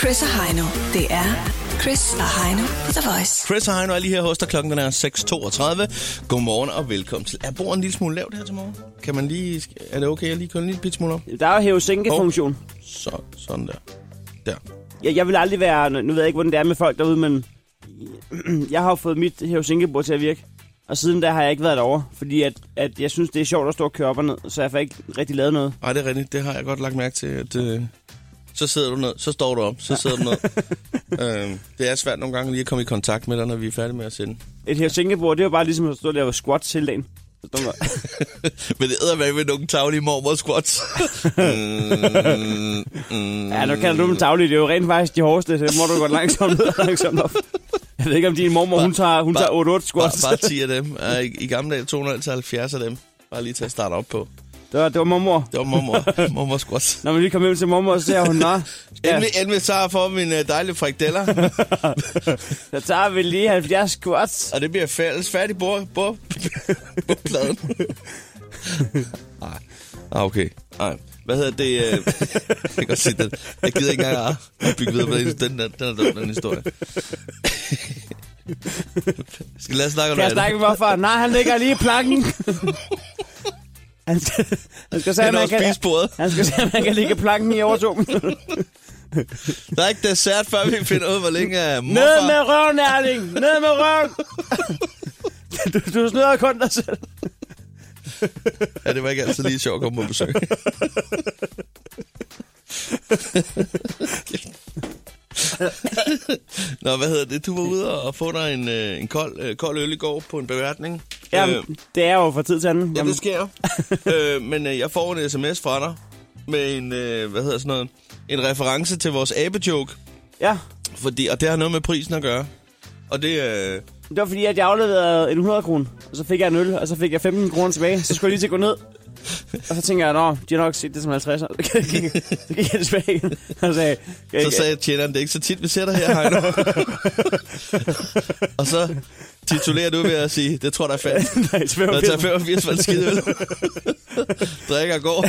Chris og Heino. Det er Chris og Heino på The Voice. Chris og Heino er lige her hos dig. Klokken er 6:32. Godmorgen og velkommen til. Jeg bor en lille smule lavt her til morgen. Kan man lige... Er det okay, at jeg lige kører en lille bit smule op? Der er jo hæve-sænke-funktion. Sådan der. Der. Jeg vil aldrig være... Nu ved jeg ikke, hvordan det er med folk derude, men... Jeg har jo fået mit hæve-sænke-bord til at virke. Og siden da har jeg ikke været derovre, fordi at jeg synes, det er sjovt at stå og køre op og ned, så jeg får ikke rigtig lavet noget. Nej, det er rigtigt. Det har jeg godt lagt mærke til, at... Så sidder du ned, så står du op, så sidder du ned. Det er svært nogle gange lige at komme i kontakt med dig, når vi er færdige med at sende. Et hæve-sænke-bord, det er jo bare ligesom at stå og lave squats hele dagen. Men det æder med nogle taglige mormor-squats. Ja, nu kalder du dem taglige. Det er jo rent faktisk de hårdeste, så må du gå langsomt ned og langsomt op. Jeg ved ikke, om din mormor, hun tager 8-8 squats. Bare 10 af dem. I gamle dage 270 af dem. Bare lige til at starte op på. Det var mormor. Det var mormor. Mormor squats. Når vi lige kommer hjem til mormor, så siger hun, nå. Endelig så har for mine dejlige frikadeller. Så tager vi lige 70 squats. Og det bliver færdig bordpladen. Okay. Nej. Hvad hedder det? Jeg kan godt sige det. Jeg gider ikke engang at bygge videre på den er dum, den historie. Skal lade snakke om det? Kan jeg snakke med hvorfor? Nej, han ligger lige i planken. Han skal sige, at man kan ligge planken i over 2 minutter. Der er ikke dessert, før vi finder ud, hvor længe er morfar. Ned med røven, Erling! Ned med røven! Du snyder kun dig selv. Ja, det var ikke altid lige sjovt at komme på besøg. Nå, hvad hedder det? Du var ude og få dig en kold øl i går på en beværtning. Jamen, det er jo fra tid til anden. Ja, det sker. Men jeg får en sms fra dig med en reference til vores abe-joke. Ja. Og det har noget med prisen at gøre. Og det... Det var fordi, at jeg afleverede en 100 kroner, og så fik jeg en øl, og så fik jeg 15 kroner tilbage. Så skulle jeg lige til at gå ned. Og så tænker jeg, de har nok set det som 50'er. Så gik jeg tilbage igen. Så sagde tjeneren, det er ikke så tit, vi ser dig her, Heino. Og så titulerer du ved at sige, det tror jeg er fandt. Nej, 85 var skide øl. Drikker og går.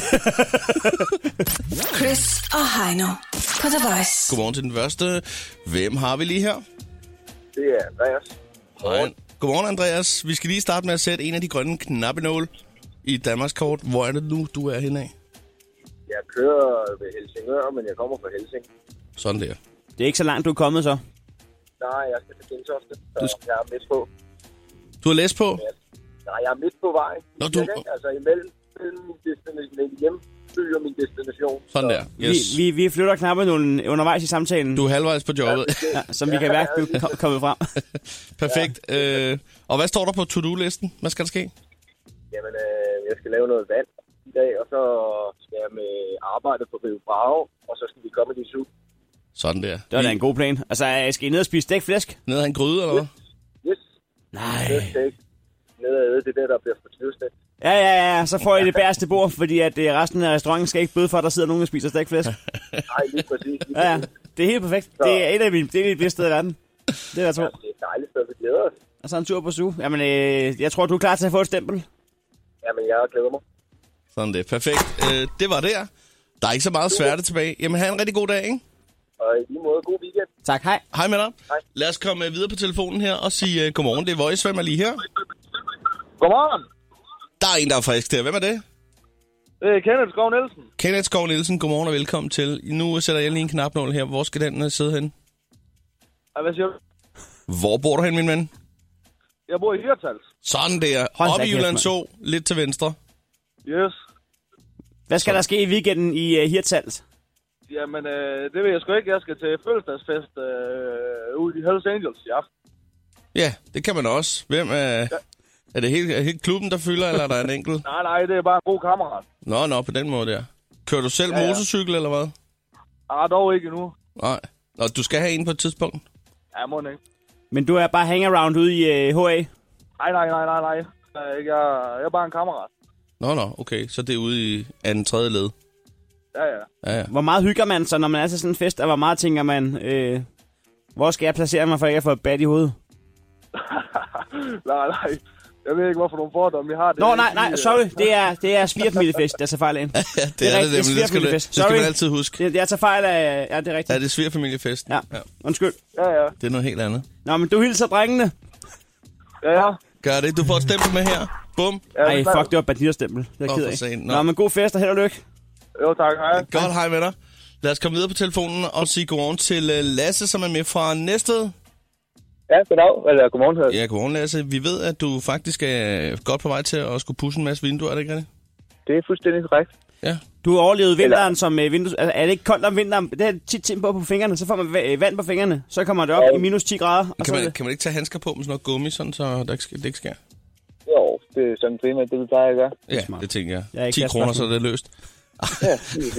Chris og Heino på The Voice. Godmorgen til den første. Hvem har vi lige her? Det er Andreas. Hej. Godmorgen, Andreas. Vi skal lige starte med at sætte en af de grønne knappenåle i Danmarks kort. Hvor er det nu, du er henne af? Jeg kører ved Helsingør, men jeg kommer fra Helsing. Sådan der. Det er ikke så langt, du er kommet så? Nej, jeg skal til Gentofte, så jeg er midt på. Du har læst på? Ja. Nej, jeg er midt på vejen. Nå, Altså imellem min destination, hjemby og min destination. Sådan der. Yes. Vi flytter knappen undervejs i samtalen. Du er halvvejs på jobbet. Ja, som vi kan mærke, du er kommet frem. Perfekt. Og hvad står der på to-do-listen? Hvad skal der ske? Jamen, jeg skal lave noget vand i dag, og så skal jeg med arbejde på Rio Bravo, og så skal vi komme i de suge. Sådan der. Det var da en god plan. Altså, skal I ned og spise stegt flæsk? Ned af en gryde, eller hvad? Yes. Nej. Ned ad æde, det der bliver for knivstegt. Ja, så får I det bæreste bord, fordi at resten af restauranten skal ikke bøde for, at der sidder nogen og spiser stegt flæsk. Nej, lige præcis. Ja, det er helt perfekt. Så. Det er et af de bedste steder i verden. Det er jeg tror. Ja, det er et dejligt sted, vi glæder os. Og så en tur på suge. Jamen, jeg tror, du er klar til at få et stempel. Jamen, jeg glæder mig. Sådan det. Perfekt. Det var der. Der er ikke så meget sværte tilbage. Jamen, have en rigtig god dag, ikke? Og i lige måde, god weekend. Tak, hej. Hej med dig. Hej. Lad os komme videre på telefonen her og sige godmorgen. Det er Voice. Hvem er lige her? Godmorgen. Der er en, der er frisk der. Hvem er det? Det er Kenneth Skov Nielsen. Kenneth Skov Nielsen. Godmorgen og velkommen til. Nu sætter jeg lige en knapnål her. Hvor skal den sidde hen? Ja, hvad siger du? Hvor bor du hen, min ven? Jeg bor i Hirtals. Sådan der. Op i Jylland så. Lidt til venstre. Yes. Hvad skal der ske i weekenden i Hirtals? Jamen, det ved jeg sgu ikke. Jeg skal til fødselsdagsfest ude i Hells Angels i aften. Ja, det kan man også. Hvem er... Ja. Er det helt klubben, der fylder, eller er der en enkelt? Nej, det er bare en god kammerat. Nå, på den måde der. Kører du selv motorcykel, eller hvad? Nej, dog ikke endnu. Nej. Og du skal have en på et tidspunkt? Ja, må ikke. Men du er bare hangaround ude i HA? Nej. Jeg er bare en kammerat. Nå, okay. Så det er ude i anden, tredje led? Ja. Hvor meget hygger man så, når man er til sådan en fest, og hvor meget tænker man, hvor skal jeg placere mig, for ikke at få et bat i hovedet? nej. Jeg ved ikke, hvorfor nogle fordomme vi har. Det Nå, nej, sorry. Det er svigerfamiliefest, jeg tager fejl af. Ja, det er det nemlig. Det skal man altid huske. Jeg tager fejl af... Ja, det er rigtigt. Ja, det er svigerfamiliefest. Ja, undskyld. Ja. Det er noget helt andet. Nå, men du hilser drengene. Ja. Gør det. Du får et stempel med her. Bum. Ej, fuck, det var banditerstempel. Det er ked af. Nå, men god fest og held og lykke. Jo, tak. Hej. Godt, hej med dig. Lad os komme videre på telefonen og sige godmorgen til Lasse, som er med fra Næstved. Ja, goddag. Eller godmorgen. Ja, godmorgen Lasse. Vi ved, at du faktisk er godt på vej til at skulle pudse en masse vinduer, er det ikke rigtigt? Det er fuldstændig korrekt. Ja. Du har overlevet vinteren som vindues... Altså, er det ikke koldt om vinteren? Det er tit ting på fingrene, så får man vand på fingrene. Så kommer det op i minus 10 grader. Og kan man ikke tage handsker på med sådan noget gummi, sådan, så det ikke sker? Jo, det er sådan primært det, vi plejer at gøre. Ja, det tænker jeg. 10 kroner, så er det løst. Ja,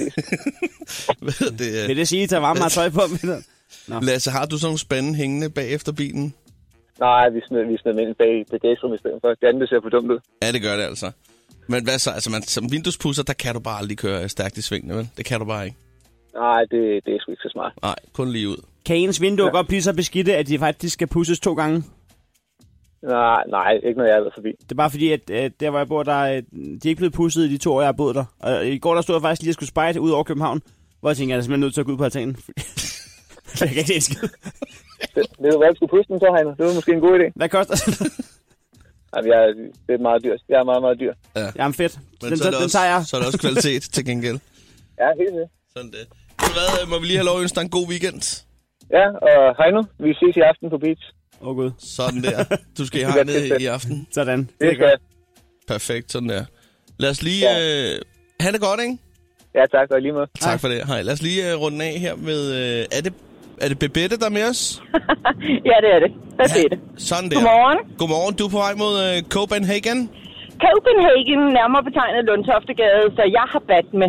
Vil det sige, at I tager meget tøj på? Lasse, har du sådan nogle spande hængende bag efter bilen? Nej, vi smed ind bag bagagerummet i stedet for. Det andet ser for dumt ud. Ja, det gør det altså. Men hvad så? Altså, som vinduespudser, der kan du bare aldrig køre stærkt i svingene, vel? Det kan du bare ikke. Nej, det er sgu ikke så smart. Nej, kun lige ud. Kan ens vinduer godt blive så beskidte, at de faktisk skal pudses 2 gange? Nej, ikke når jeg er været forbi. Det er bare fordi, at der hvor jeg bor, de er ikke blevet pudset i de 2 år, jeg har boet der. Og i går der stod jeg faktisk lige at skulle spejde ud over København, hvor jeg tænkte, jeg er simpelthen nødt til at gå ud på altanen. Jeg kan ikke se en skid. Det var hvad, skulle puste den så, Heino. Det var måske en god idé. Hvad koster det? Jamen, det er meget dyrt. Jeg er meget, meget dyr. Ja. Jamen fedt. Men Den tager jeg. Så er der også kvalitet til gengæld. Ja, helt det. Sådan det. Hvad, må vi lige have lov at ønske dig en god weekend? Ja, og Heino, vi ses i aften på Beach. Gud. Sådan der. Du skal i hegnet i aften. Sådan. Det skal jeg. Perfekt, sådan der. Lad os lige... have det godt, ikke? Ja, tak, og lige måde. Tak for det. Hej. Lad os lige runde af her med... Er det Bebette, der er med os? Ja, det er det. Bebette. Sådan der. Godmorgen. Godmorgen. Du er på vej mod Copenhagen? Copenhagen, nærmere betegnet Lundtoftegade, så jeg har bat med.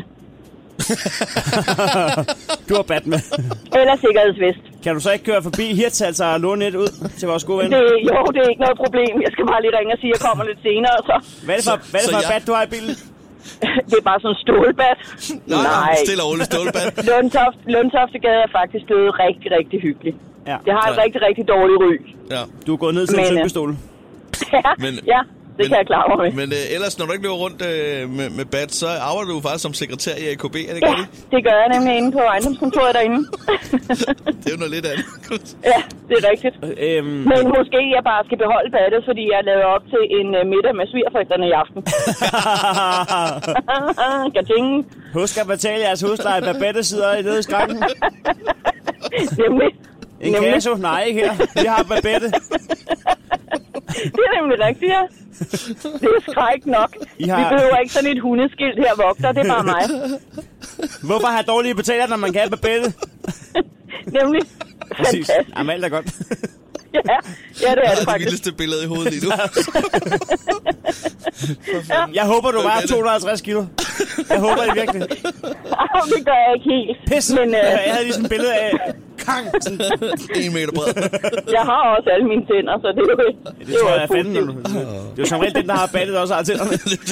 Du har bat med. Eller sikkerhedsvest. Kan du så ikke køre forbi Hirtshals og låne et ud til vores gode ven? Jo, det er ikke noget problem. Jeg skal bare lige ringe og sige, at jeg kommer lidt senere. Så. Hvad er det for et bat, du har i bilen? Det er bare sådan en stålbat. Nej. Stille og roligt stålbat. Lundtoftegade er faktisk blevet rigtig, rigtig hyggelig. Ja. Det har et rigtig, rigtig dårligt ry. Ja. Du er gået ned til en sølvpistol. Ja. Det kan jeg klare mig med. Men ellers, når du ikke løber rundt med bat, så arbejder du faktisk som sekretær i AKB, er det Ja, ikke? det gør jeg nemlig inde på ejendomskontoret derinde. Det er jo noget lidt andet. Ja, det er rigtigt. Men måske jeg bare skal beholde battet, fordi jeg lavede op til en middag med svigerforældrene i aften. Gading. Husk at betale jeres husleje, Babette sidder nede i skranken. Nemlig. En kasso? Nej, ikke her. Vi har Babette. Det er nemlig rigtigt, ja. Det er skræk nok. Vi behøver ikke sådan et hundeskilt her, vogter. Det er bare mig. Hvorfor have dårlige betaler, når man kan have Babette? Nemlig. Præcis. Jamen, alt er godt. Ja, det er det faktisk. Det vildeste billede i hovedet lige nu. Jeg håber, du vejer 250 kilo. Jeg håber det virkelig. Det gør jeg ikke helt. Pisse. Men, jeg havde lige sådan et billede af... Kang! 1 meter bred. Jeg har også alle mine tænder, så det er jo... Det tror jeg er fanden. Det er jo som regel den, der har battet, også har tænderne.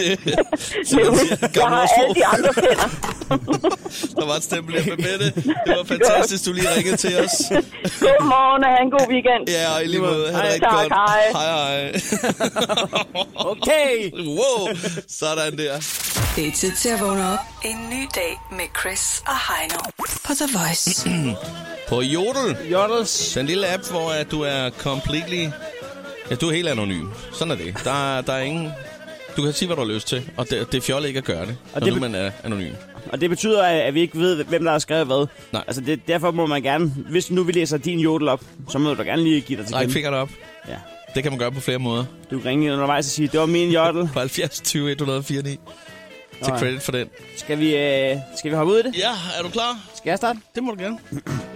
Jeg har alle de andre tænder. Der var et stempel her med Bette. Det var fantastisk, du lige ringede til os. Godmorgen og have en god weekend. Ja, og i lige måde. Ha' det rigtig tak, godt. Hej. Hej. Okay. Wow. Sådan der. Det er tid til at vågne op. En ny dag med Chris og Heino på The Voice. På Jodel. Jodels. Den lille app, hvor du er completely... Ja, du er helt anonym. Sådan er det. Der er ingen... Du kan sige, hvad du har lyst til, og det er fjollet ikke at gøre det, og når det man er anonym. Og det betyder, at vi ikke ved, hvem der har skrevet hvad. Nej. Altså, derfor må man gerne... Hvis nu vi læser din Jodel op, så må du gerne lige give dig til Ræk fingeren op. Ja. Det kan man gøre på flere måder. Du kan ringe undervejs og sige, det var min Jodel. På 70 20 104 9. Til credit for den. Skal vi hoppe ud i det? Ja, er du klar? Skal jeg starte? Det må du gerne.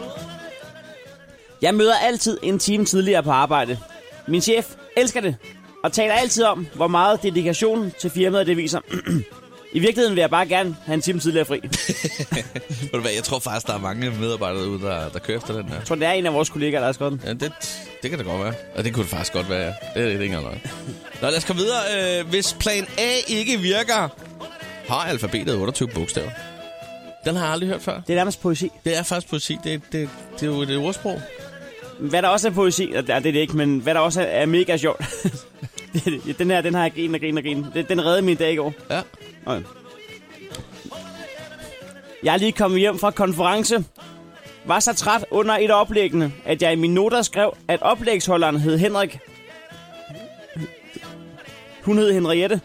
Jeg møder altid en time tidligere på arbejde. Min chef elsker det, og taler altid om, hvor meget dedikation til firmaet det viser. I virkeligheden vil jeg bare gerne have en time tidligere fri. Ved du hvad, jeg tror faktisk, der er mange medarbejdere derude, der kører efter den her. Jeg tror, det er en af vores kollegaer, der har skrevet den. Ja, det kan det godt være. Og det kunne det faktisk godt være, ja. Det er ikke engang noget. Nå, lad os komme videre. Hvis plan A ikke virker, har alfabetet 28 bogstaver. Den har jeg aldrig hørt før. Det er nærmest poesi. Det er faktisk poesi. Det er jo et ordsprog. Hvad der også er poesi, og det er det ikke, men hvad der også er mega sjovt, Den her, den har jeg grinet. Den reddede min dag i går. Ja. Okay. Jeg er lige kommet hjem fra konference. Var så træt under et oplæggende, at jeg i mine noter skrev, at oplægsholderen hed Henrik. Hun hed Henriette.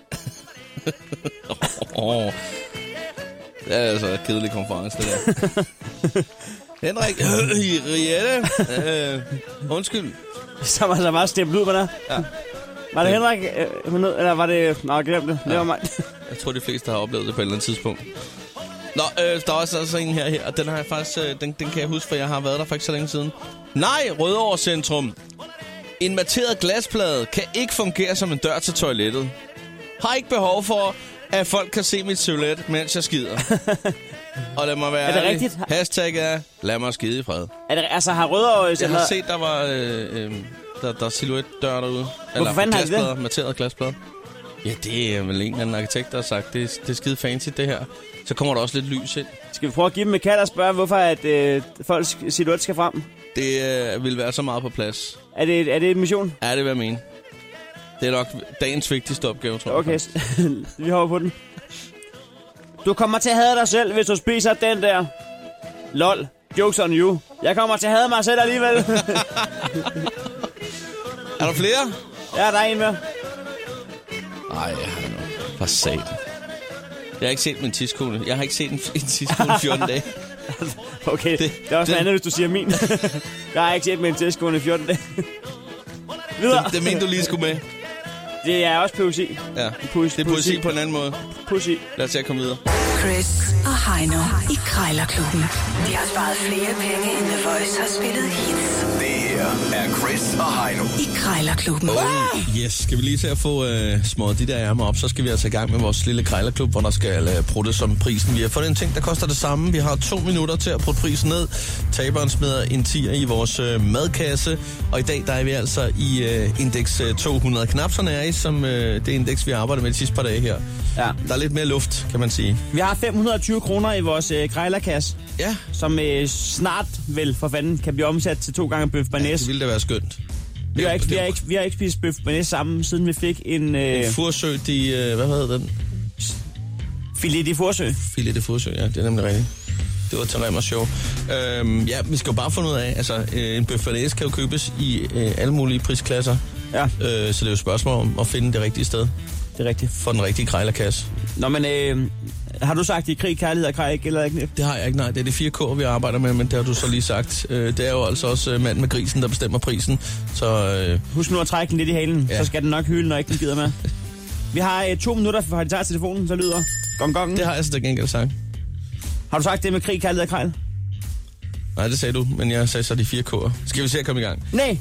Det er altså en kedelig konference, det der. Henrik, Henriette, undskyld. Som altså bare stemplet ud med der. Ja. Var det Henrik, eller var det... Nå, jeg glemte det. Det var mig. Jeg tror, de fleste har oplevet det på et eller andet tidspunkt. Nå, der er også en her, og den har jeg faktisk... Den kan jeg huske, for jeg har været der for ikke så længe siden. Nej, Rødovre Centrum. En materet glasplade kan ikke fungere som en dør til toilettet. Har ikke behov for, at folk kan se mit silhuet, mens jeg skider. Og lad mig være er det ærlig. rigtigt? Hashtag er, lad mig skide i fred. Er det, altså, har Rødovre... Jeg har set, der var der silhuet-dør derude. Hvorfor fanden har de det? Materet glasplader. Ja, det er vel en eller anden arkitekt, der har sagt, det er skide fancy, det her. Så kommer der også lidt lys ind. Skal vi prøve at give dem et kald og spørge, hvorfor at, folks silhuet skal frem? Det vil være så meget på plads. Er det en mission? Ja, det vil jeg mene. Det er nok dagens vigtigste opgave, tror jeg. Okay, vi hopper på den. Du kommer til at hade dig selv, hvis du spiser den der. Lol, jokes on you. Jeg kommer til at hade mig selv alligevel. Er der flere? Ja, der er en mere. Ej, jeg har noget. For satan. Jeg har ikke set min tidskone. Jeg har ikke set en tidskone 14 dage. Okay, det er også noget andet, hvis du siger min. Jeg har ikke set min tidskone 14 dage. Videre. Det er min, du lige skulle med. Det er også poesi. Ja, det er poesi på en anden måde. Poesi. Lad os se at komme videre. Chris og Heino i Krejlerklubben. De har sparet flere penge, end The Voice har spillet hits. Det her er Chris og Heino i Krejlerklubben. Yes, skal vi lige til at få smået de der ærmer op, så skal vi altså i gang med vores lille Krejlerklub, hvor der skal pruttes om prisen. Vi har fundet en ting, der koster det samme. Vi har 2 minutter til at prutte prisen ned. Taberen smider en 10'er i vores madkasse. Og i dag der er vi altså i indeks 200. Knap så nær i, som det indeks, vi arbejder med de sidste par dage her. Ja. Der er lidt mere luft, kan man sige. Vi har 520 kroner i vores krejlerkasse. Ja. Som snart vel for fanden kan blive omsat til 2 gange bøf bearnaise. Ja, det ville da være skønt. Vi har ikke spist bøf bearnaise sammen, siden vi fik en... En Fursø, hvad hedder den? Filet de Fursø. Filet de Fursø, ja, det er nemlig rigtigt. Det var til Remmers show. Ja, vi skal jo bare finde ud af, altså en bøf bearnaise kan jo købes i alle mulige prisklasser. Ja. Så det er jo et spørgsmål om at finde det rigtige sted. Det er rigtigt. For den rigtige krejlerkasse. Nå, men har du sagt i krig, kærlighed og krig, eller ikke? Det har jeg ikke, nej. Det er de 4 K'er, vi arbejder med, men det har du så lige sagt. Det er jo altså også manden med grisen, der bestemmer prisen. Så, husk nu at trække den lidt i halen, ja. Så skal den nok hyle, når ikke den gider med. Vi har 2 minutter, for de tager telefonen, så lyder gong. Det har jeg så til gengæld sagt. Har du sagt det med krig, kærlighed og krig? Nej, det sagde du, men jeg sagde så de 4 K'er. Skal vi se at komme i gang? Nej.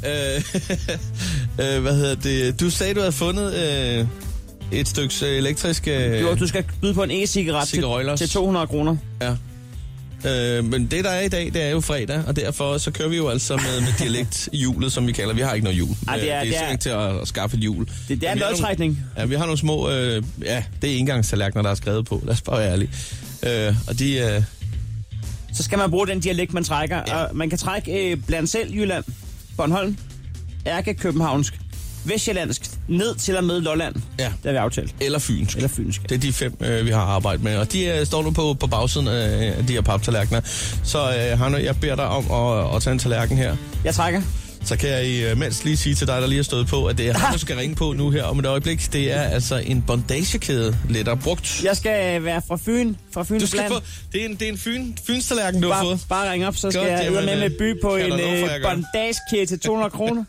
Hvad hedder det? Du sagde, du havde fundet... et stykke elektrisk... Jo, du skal byde på en e-cigaret til 200 kroner. Ja. Men det, der er i dag, det er jo fredag, og derfor så kører vi jo altså med dialekthjulet, som vi kalder. Vi har ikke noget hjul. Ej, det er simpelthen til at skaffe et hjul. Det er en lodtrækning. Ja, vi har nogle små... det er engangstallerkener, der er skrevet på. Lad os bare være ærlige. Og de... Så skal man bruge den dialekt, man trækker. Ja. Og man kan trække blandt selv Jylland, Bornholm, Ærke, Københavnsk, Vestjyllandsk, ned til og med Lolland. Ja. Det har vi aftalt. Eller fynsk. Eller fynsk. Det er de 5, vi har arbejdet med. Og de står nu på bagsiden af de her paptallerkener. Så Hanno, jeg beder dig om at tage en tallerken her. Jeg trækker. Så kan jeg imens lige sige til dig, der lige har stået på, at det er Hanno, skal ringe på nu her om et øjeblik. Det er altså en bondagekæde, lettere brugt. Jeg skal være fra Fyn. Fra Fyn. Du skal få, det er en fynstallerken, du har fået. Bare ring op, så skal jeg med by på en bondagekæde til 200 kroner.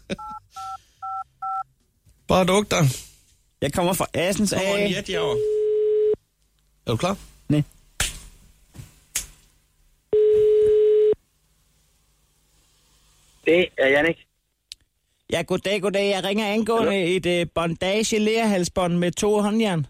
Bare duk dig. Jeg kommer fra Assens af. Er du klar? Nej. Det er Jannik. Ja, goddag. Jeg ringer angående et bondage-lerhalsbånd med 2 håndjern.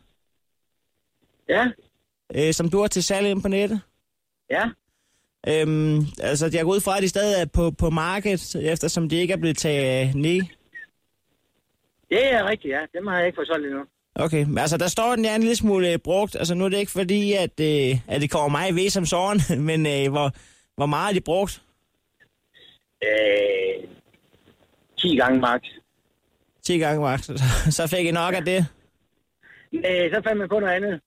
Ja. Som du har til salg inde på nettet. Ja. Altså, jeg går ud fra, at de stadig er på markedet, eftersom de ikke er blevet taget ned. Det er rigtigt, ja. Dem har jeg ikke fået solgt endnu. Okay, altså der står den en lille smule brugt. Altså nu er det ikke fordi, at det kommer mig ved som sådan, men hvor meget er de brugt? 10 gange max. 10 gange vagt. Så fik I nok af det. Nej, så fandt man på noget andet.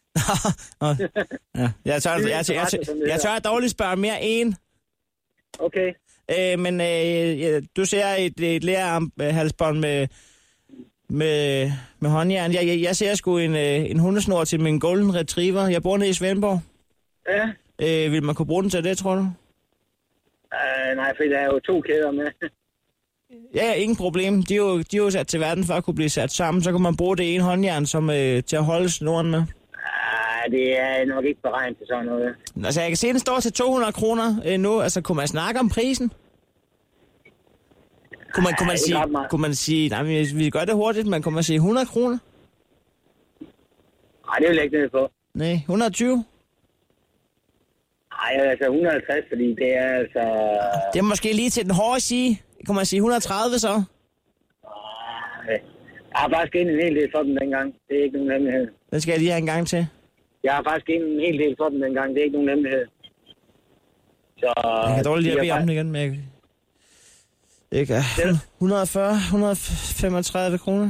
Ja, jeg tør dårligt spørge mere en. Okay. Men du ser et lærerhalsbånd med håndjern. Jeg ser sgu en hundesnor til min golden retriever. Jeg bor nede i Svendborg. Ja. Vil man kunne bruge den til det, tror du? Nej, for der er jo 2 kæder med. Ja, ingen problem. De er jo sat til verden for at kunne blive sat sammen. Så kan man bruge det ene håndjern til at holde snoren med. Det er nok ikke beregnet til sådan noget. Altså, jeg kan se, at den står til 200 kroner nu. Altså, kunne man snakke om prisen? Kunne man sige, nej, vi gør det hurtigt, men kunne man sige 100 kroner? Nej, det vil jeg ikke ned på. Nej, 120? Nej, altså 150, fordi det er altså... Det er måske lige til den hårde sige. Kunne man sige 130 så? Jeg har faktisk givet en hel del for dem dengang. Det er ikke nogen hemmelighed. Den skal jeg lige have en gang til. Jeg har faktisk givet en hel del for dem dengang. Det er ikke nogen hemmelighed. Så... Jeg kan dårligt lige at bede om den igen, men jeg kan... 140, 135 kroner.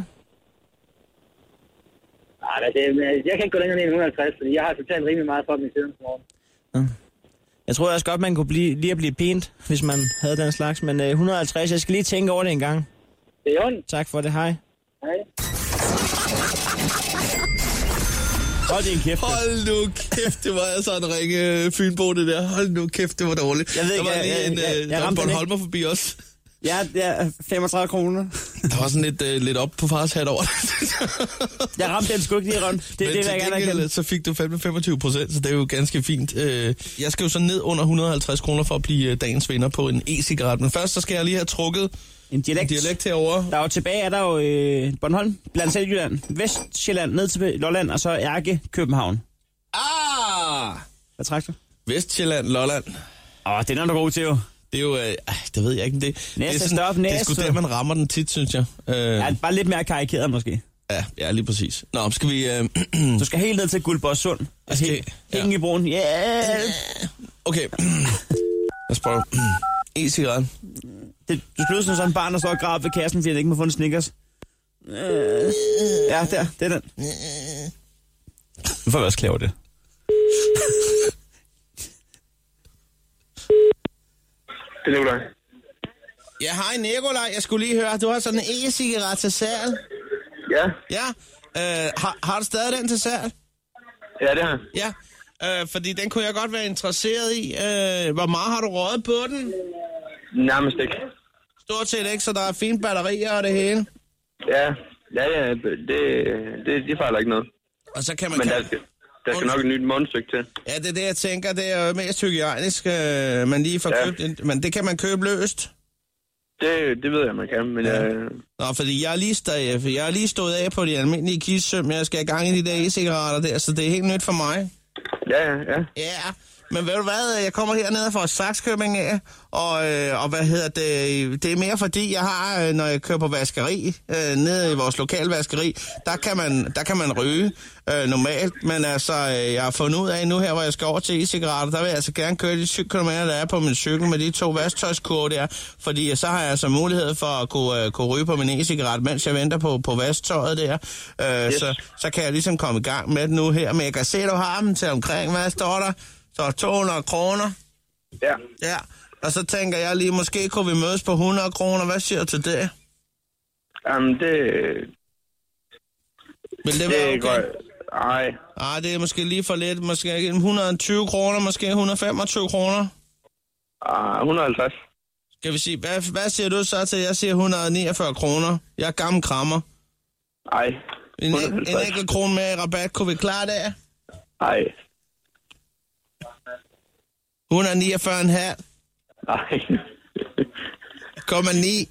Nej, jeg kan ikke gå længere ned end 150, fordi jeg har totalt rimelig meget for dem i siden for morgen. Jeg tror også godt, man kunne lige at blive pænt, hvis man havde den slags. Men 150, jeg skal lige tænke over det en gang. Det er ondt. Tak for det, hej. Hej. Hold din kæft. Hold nu kæft, det var altså en ringe Fynbo, det der. Hold nu kæft, det var dårligt. Jeg ved ikke, der var en Bornholmer forbi os. Ja, 35 kroner. Der var sådan lidt op på fars hat over det. Jeg ramte den sgu ikke lige rundt. Det vil jeg gerne erkende. Så fik du 25%, så det er jo ganske fint. Jeg skal jo så ned under 150 kroner for at blive dagens vinder på en e-cigaret. Men først så skal jeg lige have trukket en dialekt herovre. Der er jo tilbage, er der jo Bornholm, blandt selv Jylland, Vestsjælland, ned til Lolland, og så Ærke, København. Hvad trækker du? Vestsjælland, Lolland. Den er du god til jo. Det er jo, det ved jeg ikke, det næste stop, det er sgu der, man rammer den tit, synes jeg. Ja, bare lidt mere karikeret måske. Ja, lige præcis. Nå, skal vi... Du skal helt ned til Guldborgsund. Hænge i broen. Yeah. Okay. Lad os prøve. E-cigaretten. Du skal sådan sådan en barn, der står og graver ved kassen, fordi han ikke må få en Snickers. Ja, det er den. Nu får vi også klæve det. Det er Nikolaj. Ja, hej Nikolaj. Jeg skulle lige høre, du har sådan en e-cigaret til salg. Ja. Ja. Har du stadig den til salg? Ja, det har jeg. Ja. Fordi den kunne jeg godt være interesseret i. Hvor meget har du røget på den? Nærmest ikke. Stort set ikke, så der er fine batterier og det hele. Ja, det fejler ikke noget. Og så kan man... Men der skal nok et nyt mundstykke til. Ja, det er det, jeg tænker. Det er jo mest hygiejnisk, man lige får købt. Men det kan man købe løst. Det ved jeg, man kan, men... Nå, fordi jeg er lige stået af på de almindelige kissesøm. Jeg skal i gang i de der e-cigaretter der, så det er helt nyt for mig. Ja. Ja, men ved du hvad, jeg kommer hernede fra Sakskøbing af, og hvad hedder det, det er mere fordi, jeg har, når jeg kører på vaskeri, nede i vores lokale vaskeri, der kan man ryge normalt, men altså, jeg har fundet ud af nu her, hvor jeg skal over til e-cigaretter, der vil jeg altså gerne køre de 7 km, der er på min cykel med de 2 vasktøjskurve der, fordi så har jeg altså mulighed for at kunne ryge på min e-cigaret, mens jeg venter på vasktøjet der, så kan jeg ligesom komme i gang med det nu her, men jeg kan se, at du har dem til omkring, hvad står der? Så 200 kroner. Ja. Ja, og så tænker jeg lige, måske kunne vi mødes på 100 kroner. Hvad siger du til det? Vil det være okay? Nej, det er måske lige for lidt. Måske 120 kroner, måske 125 kroner. 150. Skal vi sige, hvad siger du så til? Jeg siger 149 kroner. Jeg er gammel krammer. Nej. En enkelt krone mere i rabat. Kunne vi klare det? Nej. 149,5. Nej. 9.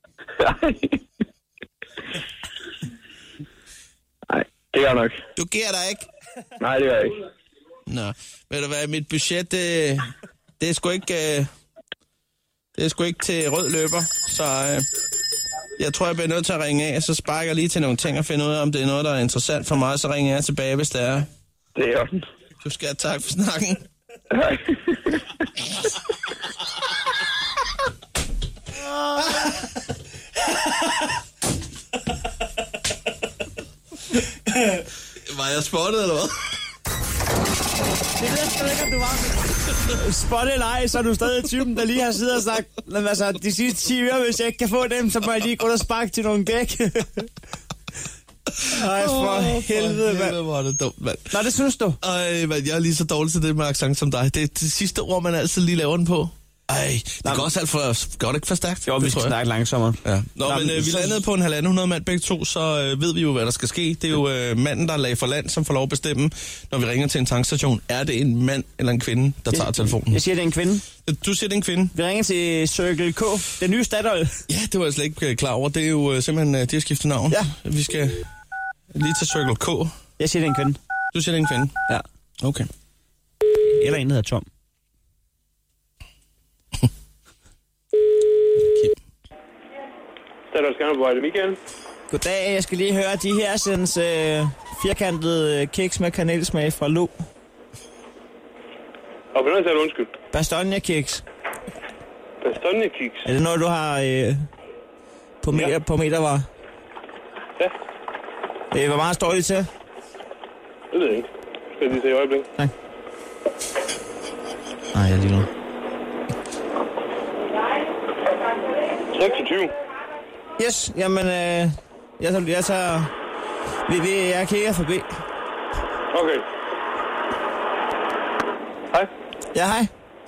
Nej, det gør nok. Du giver dig ikke? Nej, det gør jeg ikke. Nå, ved du hvad, mit budget, det er sgu ikke... Det er sgu ikke til rød løber, så jeg tror, jeg bliver nødt til at ringe af, så sparker jeg lige til nogle ting og finder ud af, om det er noget, der er interessant for mig, så ringer jeg tilbage, hvis det er. Det er jo. Du skal have tak for snakken. Nej. jeg spottet, eller hvad? Det ved jeg sgu ikke, om du var. Spot eller ej, så er du stadig typen, der lige har siddet og sagt, altså, de sidste 10 øre, hvis jeg ikke kan få dem, så må jeg lige gå ud og sparke til nogle gæk. Ej, for helvede, mand. Hvor er det dumt, mand. Nå, det synes du? Ej, mand, jeg er lige så dårlig til det med accent som dig. Det er det sidste ord, man altid lige laver den på. Ej, det går også alt for... Går det ikke for stærkt? Jo, vi skal snakke langsommere. Ja. Nå, men vi landede på en 150 mand begge to, så ved vi jo, hvad der skal ske. Det er jo manden, der er lag for land, som får lov at bestemme, når vi ringer til en tankstation. Er det en mand eller en kvinde, der tager telefonen? Jeg siger, det er en kvinde. Du siger, det er en kvinde? Vi ringer til Circle K, den nye Statoil. Ja, det var jeg slet ikke klar over. Det er jo simpelthen, de har skiftet navn. Ja. Vi skal lige til Circle K. Jeg siger, det er en kvinde. Du siger, det er en kvinde? Ja. Okay. Eller en, der hedder Tom. Statoil Skanderborg, Michael. Goddag, jeg skal lige høre de her sens firkantede kiks med kanelsmag fra Lo. Og hvordan sagde du undskyld? Bastogne-kiks. Bastogne-kiks? Er det noget, du har på metervarer? Ja. Hvor meget står det til? Det ved jeg ikke. Skal jeg lige se i øjeblik? Tak. Nej, jeg er lige nu. 26. Yes, jamen, jeg tager... Jeg kigger forbi. Okay. Hej. Ja, hej.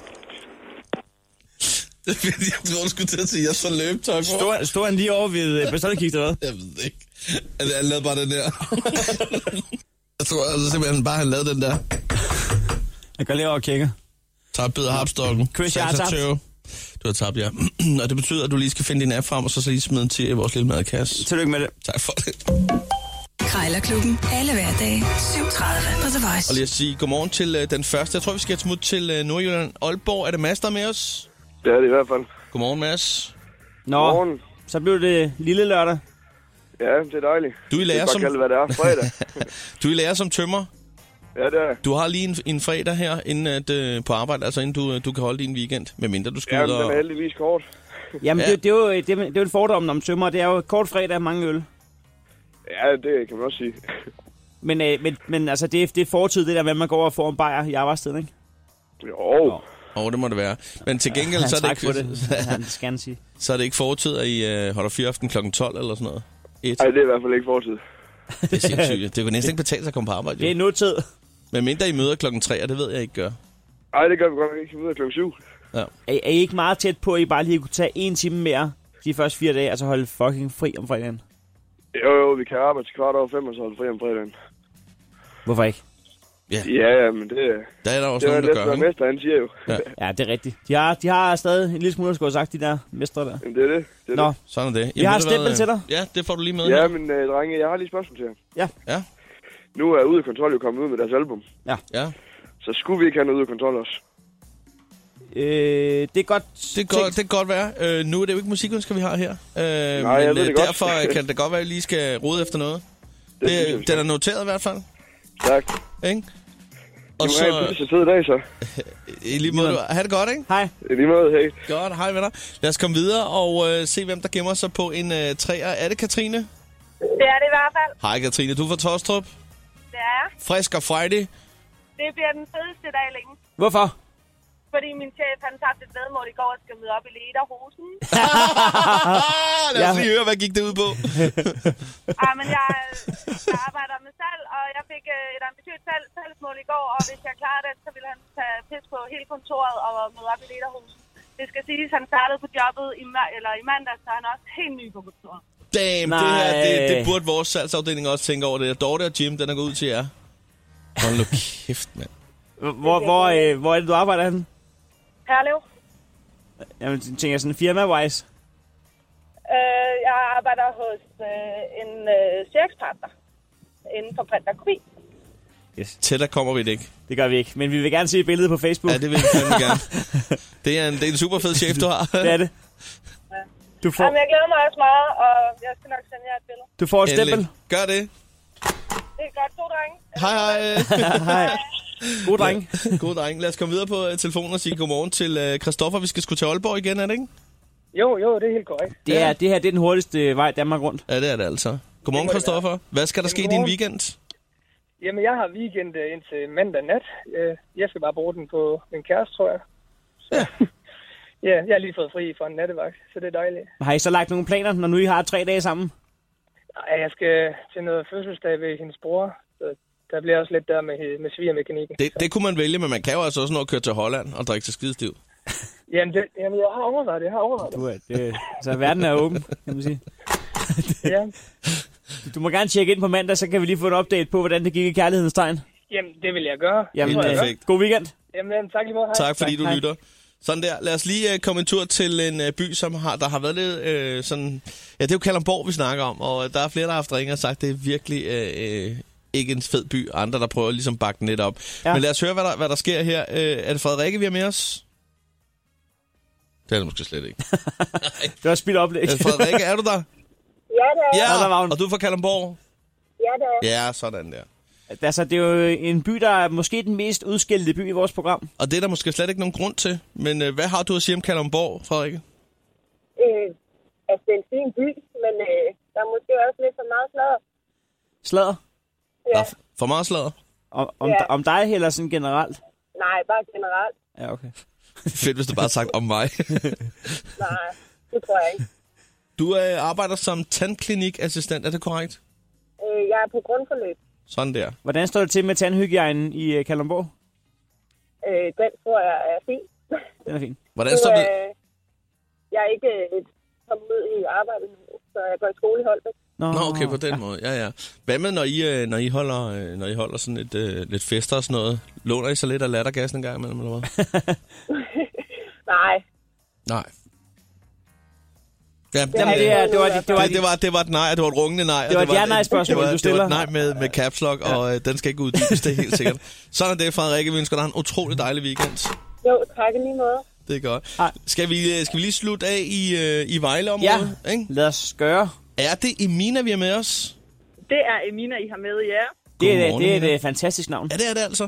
Jeg tror, du skulle til at sige, at jeg så løbetøj på. Stod han lige over ved bastogne-kiks, eller hvad? Jeg ved det ikke. Han lavede bare den der. Jeg tror altså simpelthen bare, han lavede den der. Jeg går lige over og kigger. Tag et bid af hapstokken. Chris, jeg har tabt. Du har tabt, ja. Og det betyder, at du lige skal finde din app frem, og så lige smide den til vores lille madkasse. Tillykke med det. Tak for det. Krejlerklubben. Alle hverdage. 7:30 på The Voice. Og lige at sige godmorgen til den første. Jeg tror, vi skal smutte til Nordjylland. Aalborg, er det Mads, der er med os? Det er det i hvert fald. Godmorgen, Mads. Nå, Godmorgen. så blev det lille lørdag. Ja, det er dejligt. Du er i lære det er som... kalde, hvad det er. Fredag. Du er i lære som tømrer. Ja, det er. Du har lige en fredag her inden på arbejde, altså inden du kan holde din weekend, medmindre du skal Ja, ud og... den er heldigvis kort. Jamen, Ja. det er jo en fordom om tømmer. Det er jo kort fredag, mange øl. Ja, det kan man også sige. Men altså, det er fortid, det der med, at man går og får en bajer i arbejdstiden, ikke? Jo. Det må det være. Men til gengæld, så er det ikke... Han skal gerne sige. Så er det ikke fortid, at I holder fyraften kl. 12 eller sådan noget? Nej, det er i hvert fald ikke fortid. Det er sindssygt. Det kunne næsten ikke betale sig at komme på arbejde. Jo. Det er nutid. Men mindre I møder klokken 3, og det ved jeg ikke gør. Nej, det gør vi godt nok ikke. Vi møder klokken 7. Ja. Er I ikke meget tæt på, at I bare lige kunne tage 1 time mere de første 4 dage, altså holde fucking fri om fredagen? Jo, vi kan arbejde til 5:15 og så holde fri om fredagen. Hvorfor ikke? Ja, men det der er der også det nogen, der gør, det. Det er mester, han siger jo. Ja, det er rigtigt. De har stadig en lille smule, skulle have sagt, de der mestre der. Jamen, det er det. Nå, sådan er det. Vi har et stempel til dig. Ja, det får du lige med. Ja, men drenge, jeg har lige et spørgsmål til jer. Ja. Nu er Ude af Kontrol jo kommet ud med deres album. Ja. Så skulle vi ikke have noget Ude af Kontrol også? Det er godt Det kan godt være. Nu er det jo ikke musikønsker, vi har her. Nej, men jeg ved det godt. derfor kan det godt være, at vi lige skal rode efter noget. Den er noteret i hvert fald. Tak. Ikke? Og nu har jeg så fed dag, så. I lige måde. Ha' det godt, ikke? Hej. I lige måde, hej. Godt, hej venner. Lad os komme videre og se, hvem der gemmer sig på en træer. Er det Katrine? Det er det i hvert fald. Hej Katrine, du er fra Tostrup. Det er jeg. Frisk og Friday. Det bliver den fedeste dag længe. Hvorfor? Fordi min chef, han tabte et vedmål i går og skal møde op i Lederhosen. Lad os lige høre, hvad gik det ud på? Men jeg arbejder med salg, og jeg fik et ambitiøst salgsmål i går, og hvis jeg klarer det, så vil han tage pis på hele kontoret og møde op i Lederhosen. Det skal siges, at han startede på jobbet i mandag, så han er også helt ny på kontoret. Damn, det her, det burde vores salgsafdeling også tænke over det. Dorte og Jim, den er gået ud til jer. Hold nu kæft, mand. Hvor er det, du arbejder henne? Herlev. Jamen, tænker jeg sådan firma-wise. Jeg arbejder hos en CX-partner inden for print og kopi. Yes. Tættere kommer vi det ikke. Det gør vi ikke, men vi vil gerne se et billede på Facebook. Ja, det vil vi fandme gerne. Det er en super fed chef, du har. Det er det. Ja. Du får... Jamen, jeg glæder mig også meget, og jeg skal nok sende jer et billede. Du får et stempel. Gør det. Det er godt, god dreng. Hej. Hej. God dreng. God dreng. Lad os komme videre på telefonen og sige godmorgen til Christoffer. Vi skal sgu til Aalborg igen, er det ikke? Jo, det er helt korrekt. Det her det er den hurtigste vej Danmark rundt. Ja, det er det altså. Godmorgen, Christoffer. Hvad skal der ske i din weekend? Jamen, jeg har weekend indtil mandag nat. Jeg skal bare bruge den på min kæreste, tror jeg. Så. Ja. Ja, jeg har lige fået fri for en nattevagt, så det er dejligt. Har I så lagt nogle planer, når nu I har 3 dage sammen? Nej, jeg skal til noget fødselsdag ved hendes bror. Så der bliver også lidt der med svigermekanikken. Det kunne man vælge, men man kan jo altså også nå at køre til Holland og drikke til skidestiv. Jamen, jeg har overvejet det. Så verden er åben, kan man sige. Ja. Du må gerne tjekke ind på mandag, så kan vi lige få en update på, hvordan det gik i kærlighedens tegn. Jamen, det vil jeg gøre. Jamen, perfekt. God weekend. Jamen, tak lige måde. Hej. Tak fordi du lytter. Sådan der. Lad os lige komme en tur til en by, der har været lidt sådan... Ja, det er jo Kalundborg, vi snakker om, og der er flere, der har haft ringet og sagt, at det er virkelig ikke en fed by. Andre, der prøver ligesom at bakke den lidt op. Ja. Men lad os høre, hvad der sker her. Er det Frederikke, vi har med os? Det er det måske slet ikke. Det var spild oplæg. Frederikke, er du der? Ja, det er. Ja, og du er fra Kalundborg? Ja, det er. Ja, sådan der. Altså, det er jo en by, der er måske den mest udskældte by i vores program. Og det er der måske slet ikke nogen grund til. Men hvad har du at sige om Kalundborg, Frederikke? Altså, det er en fin by, men der er måske også lidt for meget sladder. Sladder? Ja. For meget sladder? Om dig eller sådan generelt? Nej, bare generelt. Ja, okay. Fedt, hvis du bare har sagt om mig. Nej, det tror jeg ikke. Du arbejder som tandklinikassistent, er det korrekt? Jeg er på grundforløb. Sådan der. Hvordan står det til med tandhygiejnen i Kalundborg? Den tror jeg er fin. Den er fin. Hvordan står det? Jeg er ikke kommet ud i arbejdet nu, så jeg går i skole i Holbæk. Nå, okay, på den måde. Ja. Hvad med, når I holder sådan lidt fester og sådan noget? Låner I så lidt af lattergassen en gang imellem, eller hvad? Nej. Ja, det var et nej, det var et rungende nej. Det var et ja-nej-spørgsmål, du stiller. Det var et nej med caps lock, og den skal ikke uddybes, det er helt sikkert. Sådan er det, Frederikke. Vi ønsker dig en utrolig dejlig weekend. Jo, tak lige måde. Det er godt. Skal vi lige slutte af i Vejle-området? Ja, ikke? Lad os gøre. Er det Emina, vi har med os? Det er Emina, I har med, ja. Det er et fantastisk navn. Ja, det er det altså.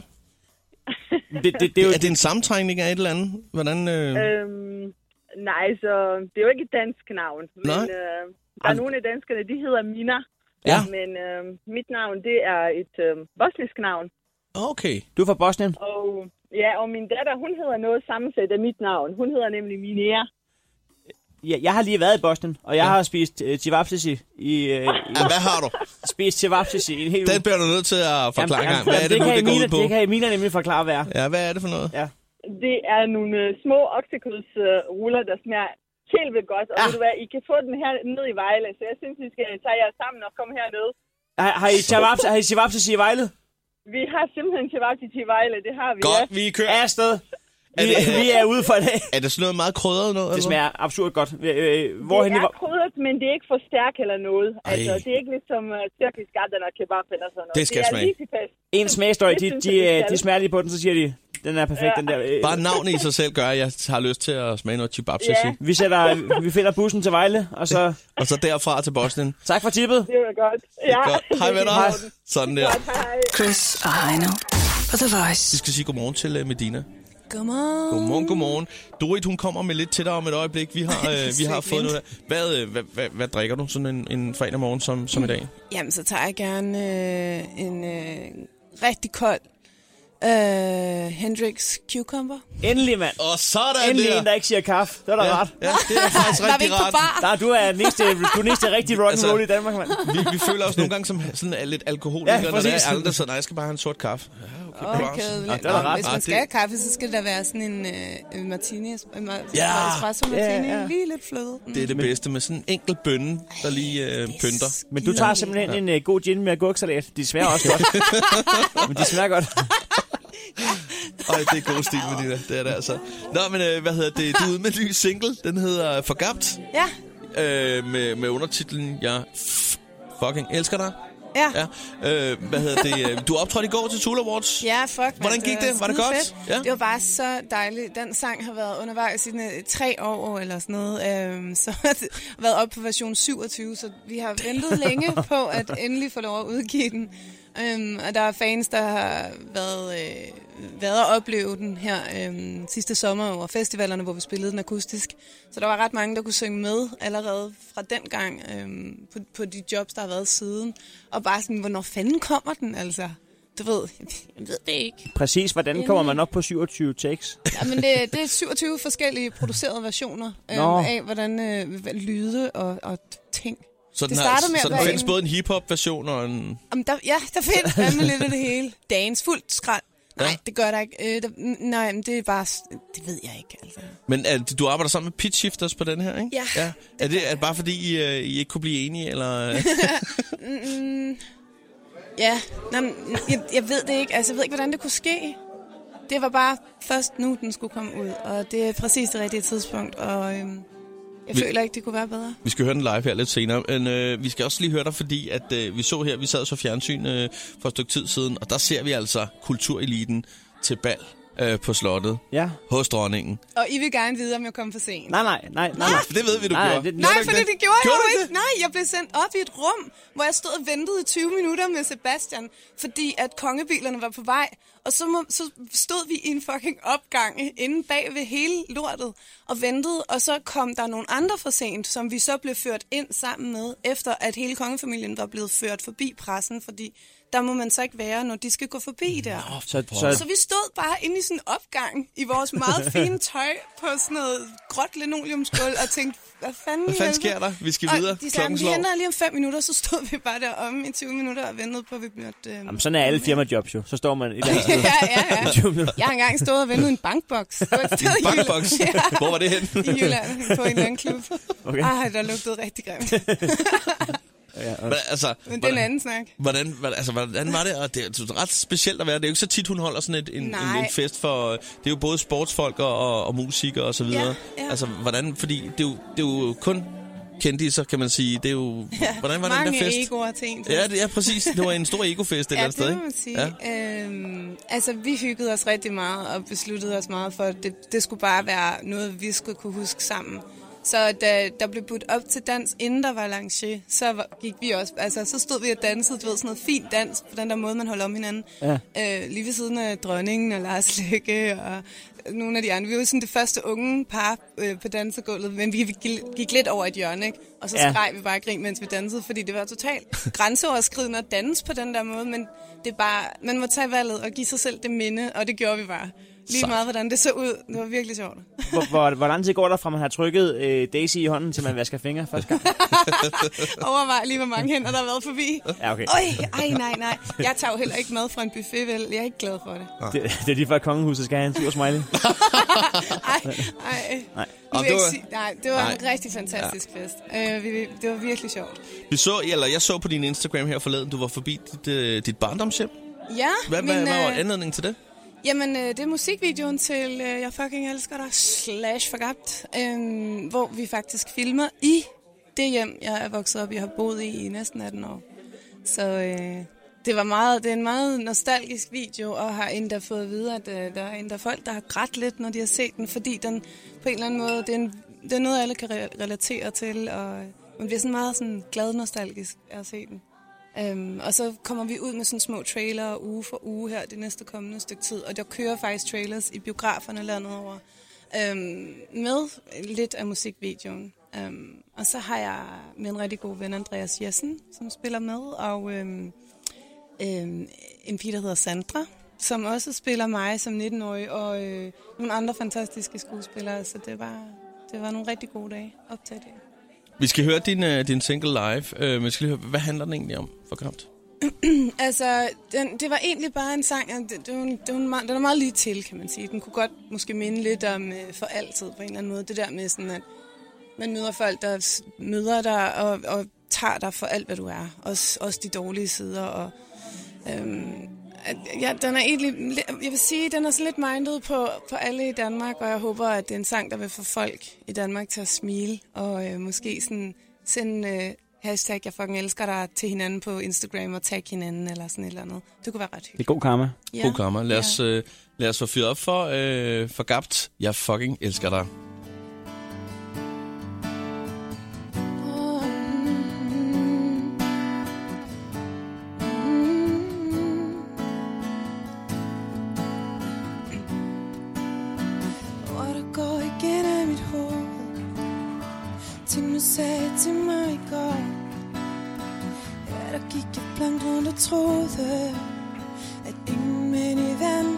Er det en sammentrækning af et eller andet? Hvordan? Nej, så det er jo ikke et dansk navn. Men der er nogle af danskerne, de hedder Mina. Ja. Men mit navn, det er et bosnisk navn. Okay. Du er fra Bosnien? Og min datter, hun hedder noget sammensæt af mit navn. Hun hedder nemlig Minea. Ja, jeg har lige været i Bosnien, og jeg har spist cevapcici hvad har du? Spist cevapcici i en hel uge. Den bliver du nødt til at forklare en gang. Hvad er det nu, det går ud på? Det kan Emina nemlig forklare, hvad er. Ja, hvad er det for noget? Ja. Det er nogle små oksekødsruller, der smager helt vildt godt. Og ved du hvad, I kan få den her ned i Vejle, så jeg synes, I skal tage jer sammen og komme hernede. Har I cevapcici i Vejle? Vi har simpelthen cevapcici i Vejle, det har vi. Godt, vi kører afsted. Vi er ude for det. Er det sådan noget meget krydret noget? Det smager absurd godt. Det er krydret, men det er ikke for stærk eller noget. Altså, det er ikke ligesom tyrkisk eller kebab eller sådan noget. Det skal smage. En smagstøj, de smager lige på den, så siger de, den er perfekt, den der. Bare navnet i sig selv gør, at jeg har lyst til at smage noget cevapcici. Vi finder bussen til Vejle, og så... og så derfra til Bosnien. Tak for tippet. Det var godt. Ja. Godt. Hej med dig. Sådan der. Chris og Heino på The Voice. Vi skal sige godmorgen til Medina. Godmorgen. Dorit, hun kommer med lidt tættere om et øjeblik. Vi har fået noget der. Hvad drikker du sådan en fredag morgen som i dag? Jamen, så tager jeg gerne en rigtig kold Hendrix Cucumber. Endelig, mand. Og sådan endelig der. En, der ikke siger kaffe. Det er da ret. Ja, det er faktisk rigtig rart. Du er næste rigtig rock'n'roll i Danmark, mand. Vi føler os nogle gange som sådan lidt alkoholikere, når det er aldrig så nej, jeg skal bare have en sort kaffe. Hvis man skal have kaffe, så skal der være sådan en martini, espresso martini, lige lidt fløde. Det er det bedste med sådan en enkelt bønne, der lige pynter. Men du tager simpelthen en god gin med agurksalat. De smager også godt. Men de smager godt. Øj, det er god stil med det der. Det er det altså. Nå, men hvad hedder det? Du er ude med en ny single. Den hedder Forgabt. Ja. Med undertitlen Jeg fucking elsker dig. Ja. Hvad hedder det? Du optrådte i går til Tool Awards. Ja, fuck. Hvordan gik det? Var det godt? Ja. Det var bare så dejligt. Den sang har været undervejs i 3 år eller sådan noget. Så har det været op på version 27, så vi har ventet længe på at endelig få lov at udgive den. Og der er fans, der har været at opleve den her sidste sommer over festivalerne, hvor vi spillede den akustisk. Så der var ret mange, der kunne synge med allerede fra den gang på de jobs, der har været siden. Og bare sådan, hvornår fanden kommer den altså? du ved, jeg ved det ikke. Præcis, hvordan kommer man op på 27 takes? Jamen, det er 27 forskellige producerede versioner af, hvordan lyde og ting. Så den findes både en hip-hop-version og en... Der findes med lidt af det hele. Dance, fuldt skrald. Nej, det gør der ikke. Nej, men det er bare... Det ved jeg ikke, altså. Men du arbejder sammen med pitch shifters på den her, ikke? Ja. Er det bare fordi, I ikke kunne blive enige, eller... Ja, jeg ved det ikke. Altså, jeg ved ikke, hvordan det kunne ske. Det var bare først nu, den skulle komme ud. Og det er præcis det rigtige tidspunkt, og... Jeg føler ikke, det kunne være bedre. Vi skal høre den live her lidt senere, men vi skal også lige høre dig, fordi at vi sad så fjernsyn for et stykke tid siden, og der ser vi altså kultureliten til bal på slottet hos dronningen. Og I vil gerne vide, om jeg kom for sent. Nej. Det ved vi, du gjorde. Det gjorde jeg jo ikke. Nej, jeg blev sendt op i et rum, hvor jeg stod og ventede i 20 minutter med Sebastian, fordi at kongebilerne var på vej. Og så stod vi i en fucking opgang inde bag ved hele lortet og ventede, og så kom der nogle andre for sent, som vi så blev ført ind sammen med, efter at hele kongefamilien var blevet ført forbi pressen, fordi der må man så ikke være, når de skal gå forbi der. Så vi stod bare inde i sådan en opgang i vores meget fine tøj på sådan noget gråt linoleumsgulv og tænkte, hvad fanden sker der? Vi skal videre. De sagde, vi henter lige om 5 minutter, så stod vi bare deromme i 20 minutter og ventede på, at vi blev... Jamen, sådan er alle firmajobs jo. Så står man et eller andet sted. Ja. Jeg har engang stået og ventet en bankboks. En bankboks? Hvor var det hen? I Jylland, på en eller anden klub. Okay. Ej, der lugtede rigtig grimt. Men det er en anden snak. Hvordan var det? Og det er ret specielt at være. Det er jo ikke så tit, hun holder sådan en fest for... Det er jo både sportsfolk og musikere og så videre. Ja. Altså, hvordan... Fordi det er jo kun kendiser, kan man sige. Det er jo... Hvordan var den der fest? Mange egoer til en fest. Ja, præcis. Det var en stor egofest et eller andet sted, ikke? Ja, det må man sige. Altså, vi hyggede os rigtig meget og besluttede os meget for, at det skulle bare være noget, vi skulle kunne huske sammen. Så da der blev budt op til dans, inden der var lancier, så gik vi også, altså så stod vi og dansede, du ved, sådan noget fint dans, på den der måde, man holder om hinanden. Ja. Lige ved siden af dronningen og Lars Løkke og nogle af de andre. Vi var sådan det første unge par på dansegulvet, men vi gik lidt over et hjørne, ikke? Og så skreg vi bare grin, mens vi dansede, fordi det var totalt grænseoverskridende at danse på den der måde, men det er bare, man må tage valget og give sig selv det minde, og det gjorde vi bare. Lige meget, hvordan det så ud. Det var virkelig sjovt. Hvor lang tid går der fra, man har trykket Daisy i hånden, til man vasker fingre første gang? Overvej lige, hvor mange hænder, der har været forbi. Ja, okay. Nej. Jeg tager jo heller ikke mad fra en buffet, vel? Jeg er ikke glad for det. Det er lige for, at kongehuset skal have en sur smiley. Nej. Det var en rigtig fantastisk fest. Det var virkelig sjovt. Jeg så på din Instagram her forleden, du var forbi dit barndomshjem. Ja. Hvad var anledningen til det? Jamen, det er musikvideoen til Jeg fucking elsker dig / Forgabt, hvor vi faktisk filmer i det hjem, jeg er vokset op i, jeg har boet i næsten 18 år. Så det er en meget nostalgisk video, og har endda fået at vide, at der er endda folk, der har grædt lidt, når de har set den, fordi den på en eller anden måde, det er noget, alle kan relatere til, og man bliver sådan meget sådan glad nostalgisk af at se den. Og så kommer vi ud med sådan små trailer uge for uge her det næste kommende stykke tid, og der kører faktisk trailers i biograferne landet over med lidt af musikvideoen. Og så har jeg min rigtig gode ven Andreas Jessen, som spiller med, og en pige, der hedder Sandra, som også spiller mig som 19-årig, og nogle andre fantastiske skuespillere, så det var nogle rigtig gode dage optaget det. Vi skal høre din single live, men skal lige høre, hvad handler den egentlig om, Forgabt? Altså, det var egentlig bare en sang, den er meget lige til, kan man sige. Den kunne godt måske minde lidt om For Altid på en eller anden måde. Det der med sådan, at man møder folk, der møder dig og tager dig for alt, hvad du er. Også de dårlige sider. Og, den er egentlig, jeg vil sige, den er så lidt mindet på alle i Danmark, og jeg håber, at det er en sang, der vil få folk i Danmark til at smile, og måske sådan sende hashtag Jeg fucking elsker dig til hinanden på Instagram og tag hinanden, eller sådan et eller andet. Det kunne være ret hyggeligt. Det er god karma. Ja. God karma. Lad os få fyret op for Forgabt. Jeg fucking elsker dig. Til mig i går, ja, der gik jeg blankt rundt og troede, at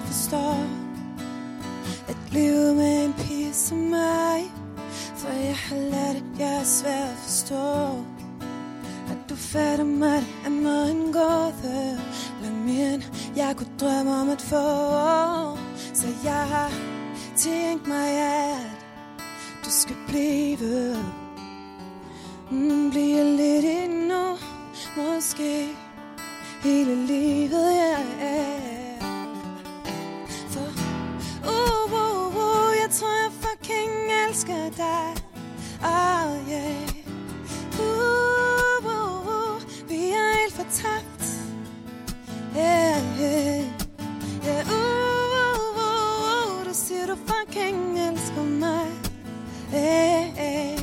forstår at leve med en pige som mig. For jeg har lært, at jeg er svær at forstå. At du fatter mig, det er mig en gåde. Langt mere end jeg kunne drømme om at få. Så jeg har tænkt mig, at du skal blive. Bliver lidt endnu, måske hele livet, yeah. For jeg tror jeg fucking elsker dig. Oh yeah. Vi er helt fortabt. Yeah, yeah. Yeah, du siger du fucking elsker mig. Yeah, yeah.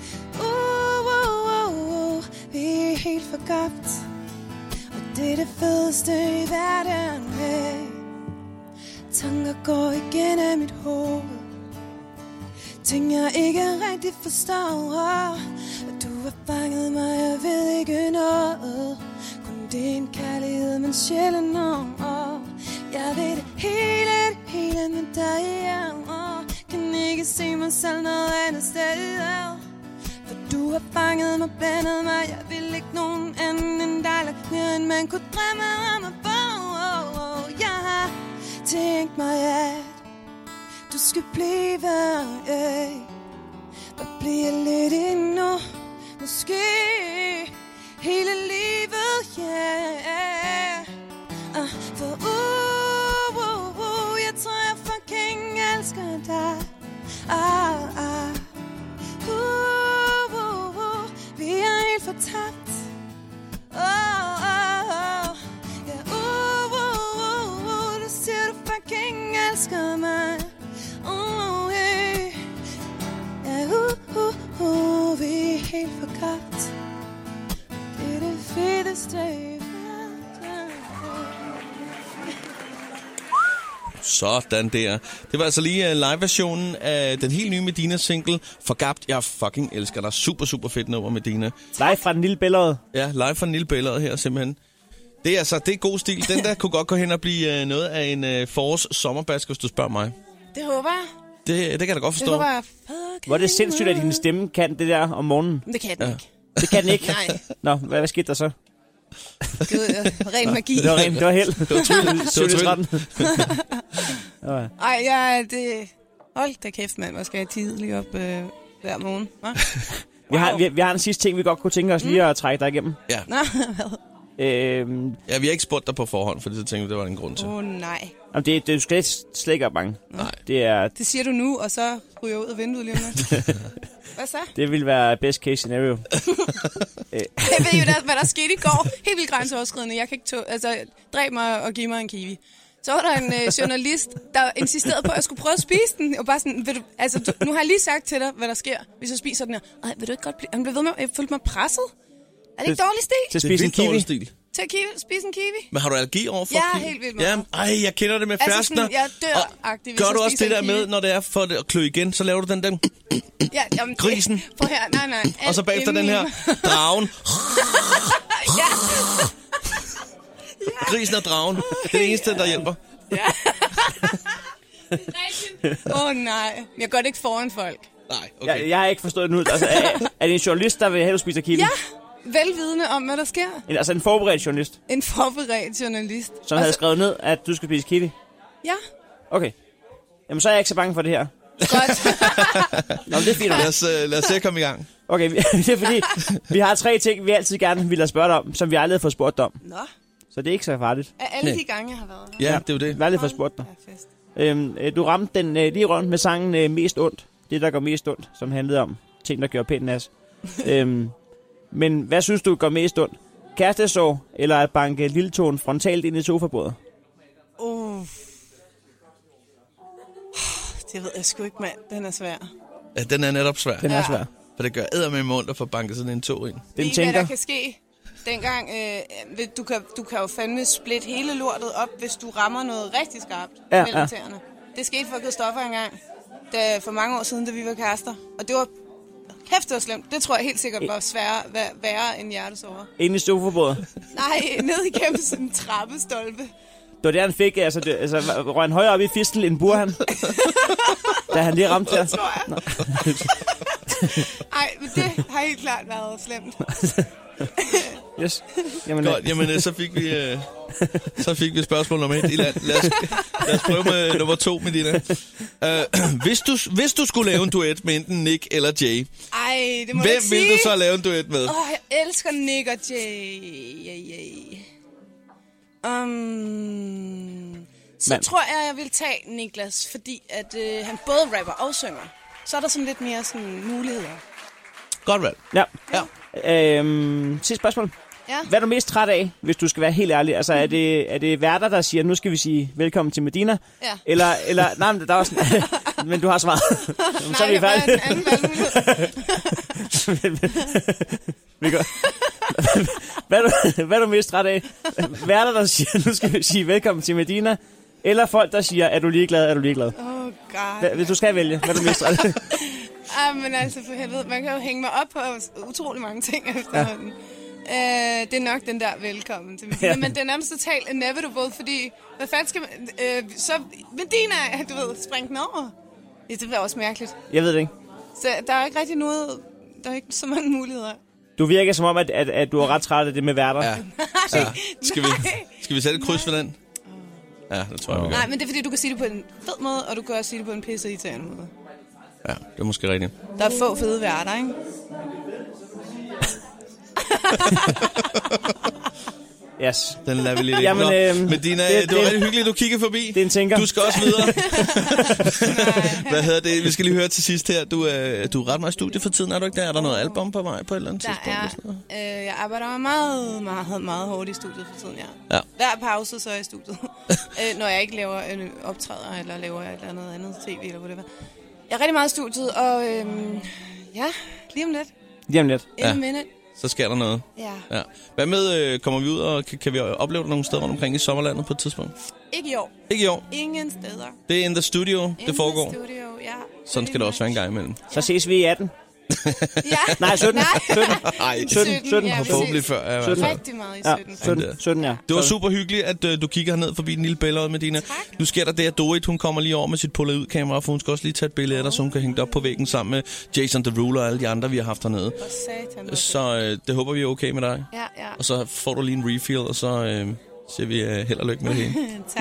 Vi er helt forgabt. Og det er det fedeste i verden, yeah. Tanker går igen af mit hoved. Ting jeg ikke rigtig forstår. Og du har fanget mig, jeg ved ikke noget. Kun det er en kærlighed, men sjældent nogen. Jeg ved det hele med dig, yeah. Kan ikke se mig selv noget andet sted. For du har fanget mig, blandet mig. Jeg vil ikke nogen anden end dig. Lagt mere end man kunne drømme om at bo. Jeg har tænkt mig, at du skal blive, yeah. Og blive lidt endnu. Måske hele livet, yeah. For jeg tror jeg fucking elsker dig. Vi er helt fortabt. Yeah. Du siger du fucking elsker mig. Vi er helt forgabt. Det er det fedeste i verden. Sådan der. Det var altså lige live-versionen af den helt nye Medina-single, Forgabt. Jeg fucking elsker dig. Super, super fedt nummer, Medina. Live fra den lille Bællerød. Ja, live fra den lille Bællerød her, simpelthen. Det er altså, det er god stil. Den der kunne godt gå hen og blive noget af en forårs sommerbask, hvis du spørger mig. Det håber jeg. Det kan jeg da godt forstå. Det håber jeg. Hvor er det sindssygt, at din stemme kan det der om morgenen. Det kan den ikke. Det kan den ikke? Nej. Nå, hvad skete der så? Ren magi. Det var held. Det var tryl. Ej, det... Hold da kæft, mand. Hvor skal jeg tidligt op hver morgen? Vi har en sidste ting, vi godt kunne tænke os lige at trække dig igennem. Ja. Nå, hvad? Ja, vi har ikke spurgt dig på forhånd, for det så tænkte vi, det var en grund til. Nej. Jamen, du skal slet ikke være bange. Nej. Det siger du nu, og så ryger jeg ud af vinduet lige om lidt. Hvad så? Det vil være best case scenario. Jeg ved jo, hvad der skete i går. Helt vildt grænseoverskridende. Jeg kan ikke dræb mig og give mig en kiwi. Så var der en journalist, der insisterede på, at jeg skulle prøve at spise den. Og bare sådan, nu har jeg lige sagt til dig, hvad der sker, hvis jeg spiser den her. Vil du ikke godt blive... Han blev ved med, jeg følte mig presset. Er det ikke dårlig stil? Til at spise en kiwi? Til at spise en kiwi. Men har du allergi over for kiwi? Ja, helt vildt meget. Ej, jeg kender det med ferskner. Altså jeg dør-agtig, gør du også det der med, når det er for at klø igen, så laver du den der grisen? Prøv her, nej. Og så bagefter den her dragen. Ja. Grisen og dragen. Det er det eneste, der hjælper. Ja. Nej. Jeg gør det ikke foran folk. Nej, okay. Jeg har ikke forstået det nu. Altså, er det en journalist, der vil have, du spiser kiwi? Ja, velvidende om, hvad der sker. Altså en forberedt journalist? En forberedt journalist. Som havde skrevet ned, at du skal spise kiwi? Ja. Okay. Jamen, så er jeg ikke så bange for det her. Godt. Nå, det er fint. Lad os se at komme i gang. Okay, det er fordi, vi har 3 ting, vi altid gerne vil have spurgt om, som vi aldrig har fået spurgt om. Nå. Så det er ikke så farligt. Af alle de gange, jeg har været her. Ja, det er jo det. Vi har aldrig fået spurgt dig. Du ramte den lige rundt med sangen Mest Ondt. Det, der går mest ondt, som handlede om ting, der gør pænt nas. Men hvad synes du går mest ondt? Kærestesorg, eller at banke lilletåen frontalt ind i sofabordet? Det ved jeg sgu ikke, mand. Den er svær. Ja, den er netop svær. Den er svær. For det gør eddermame ondt at få banket sådan en tog ind. Den tænker... Hvad der kan ske dengang, du kan jo fandme splitte hele lortet op, hvis du rammer noget rigtig skarpt mellem tæerne. Det skete for Christoffer engang, for mange år siden, da vi var kærester. Og det var kæft, det var slemt. Det tror jeg helt sikkert var værre end hjertesår. Inde i sofabordet? Nej, ned igennem sådan en trappestolpe. var det, han fik. Altså, røg han højere op i fistel end Burhan. Da han lige ramte der. Det tror jeg. Ej, men det har helt klart været slemt. Yes. Godt, så fik vi spørgsmål nummer 1 i land. Lad os prøve med nummer 2, Medina. Hvis du skulle lave en duet med enten Nick eller Jay, det må hvem vil du så lave en duet med? Jeg elsker Nick og Jay. Så tror jeg vil tage Niklas, fordi at han både rapper og synger. Så er der sådan lidt mere sådan muligheder. Godt valg. Ja. Sidste spørgsmål. Ja. Hvad er du mest træt af, hvis du skal være helt ærlig? Altså, er det værter, der siger, nu skal vi sige velkommen til Medina? Ja. Eller nej, men der er også men du har svaret. Så er vi færdige. Hvad er du mest træt af? Værter, der siger, nu skal vi sige velkommen til Medina? Eller folk, der siger, er du ligeglad? God. Hvis du skal vælge, hvad er du mest træt af? Men altså for helvede, man kan jo hænge mig op på utrolig mange ting efterhånden. Det er nok den der velkommen til Medina, men det er nærmest totalt inevitable, fordi hvad fanden skal man... så Medina, du ved, springe den over. Ja, det bliver også mærkeligt. Jeg ved det ikke. Så der er ikke rigtig noget... Der er ikke så mange muligheder. Du virker som om, at du er ret træt af det med værter. Ja. Skal vi sætte et kryds for den? Ja, det tror jeg, vi gør. Nej, men det er fordi, du kan sige det på en fed måde, og du kan også sige det på en pisse-irriterende måde. Ja, det er måske rigtigt. Der er få fede værter, ikke? Yes. Den lader vi lige ligge. Medina, det var rigtig hyggeligt, du kigger forbi. Det er en tænker. Du skal også videre. Hvad hedder det? Vi skal lige høre til sidst her. Du er ret meget i studie for tiden, er du ikke der? Er der noget album på vej på et eller andet tidspunkt? Jeg arbejder meget, meget, meget hårdt i studiet for tiden, ja. Hver pause, så er jeg i studiet. Når jeg ikke laver optræder, eller laver et eller andet tv, eller whatever. Jeg er rigtig meget i studiet, og lige om lidt. Lige om lidt. In a minute. Så sker der noget. Ja. Hvad med, kommer vi ud, og kan vi opleve det nogle steder rundt omkring i sommerlandet på et tidspunkt? Ikke i år. Ikke i år? Ingen steder. Det er in the studio, det foregår? In the studio, ja. Sådan skal det også være en gang imellem. Så ses vi i 18. Nej, 17. 17. Ja, forhåbentlig før. Ja, rigtig meget i 17. 17, ja. Det var super hyggeligt, at du kigger herned forbi den lille billede med Medina. Nu sker der det, at Dorit, hun kommer lige over med sit pullet ud kamera, for hun skal også lige tage et billede af dig, så hun kan hænge det op på væggen sammen med Jason Derulo og alle de andre, vi har haft hernede. Så det håber vi er okay med dig. Ja. Og så får du lige en refill, og så siger vi held og lykke med det hele. Tak.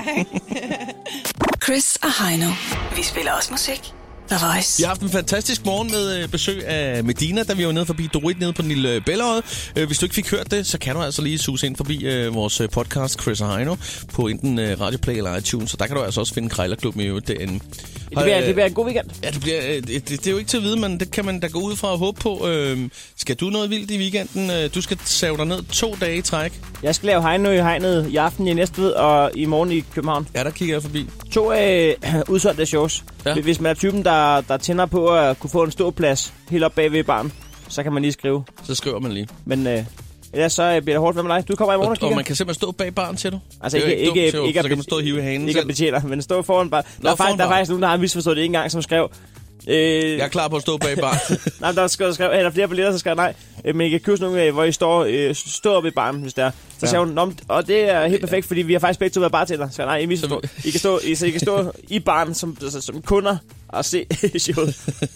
Chris og Heino. Vi spiller også musik. The Voice. Vi har haft en fantastisk morgen med besøg af Medina, da vi var nede forbi Dorit nede på den lille Bællerød. Hvis du ikke fik hørt det, så kan du altså lige suse ind forbi vores podcast, Chris og Heino, på enten Radio Play eller iTunes. Så der kan du altså også finde Krejlerklubben i øvrigt derinde. Det bliver en god weekend. Ja, det er jo ikke til at vide, men det kan man da gå ud fra og håbe på. Skal du noget vildt i weekenden? Du skal save dig ned 2 dage i træk. Jeg skal lave Heino i hegnet i aften i Næstved og i morgen i København. Ja, der kigger jeg forbi. 2 udsolgte shows. Ja. Hvis man er typen, der tænder på at kunne få en stor plads helt op bagved barn, så kan man lige skrive. Så skriver man lige. Men ellers så bliver det hårdt. Hvad med dig? Du kommer i morgen og kigger. Og man kan simpelthen stå bag barn, siger du? Altså ikke så kan man stå og hive i hanen. Ikke at betjene, men stå foran barn. Der er faktisk nogen, der har misforstået det ikke engang, som skrev... Jeg er klar på at stå bag barn. Nej, der er flere billetter, så skal nej. Men I kan købe sådan nogle, hvor I står oppe i barn, hvis det er. Så siger hun, og det er helt perfekt, fordi vi har faktisk begge to været bartender. Så nej, I misforstår. I kan stå i barn som kunder og se showet.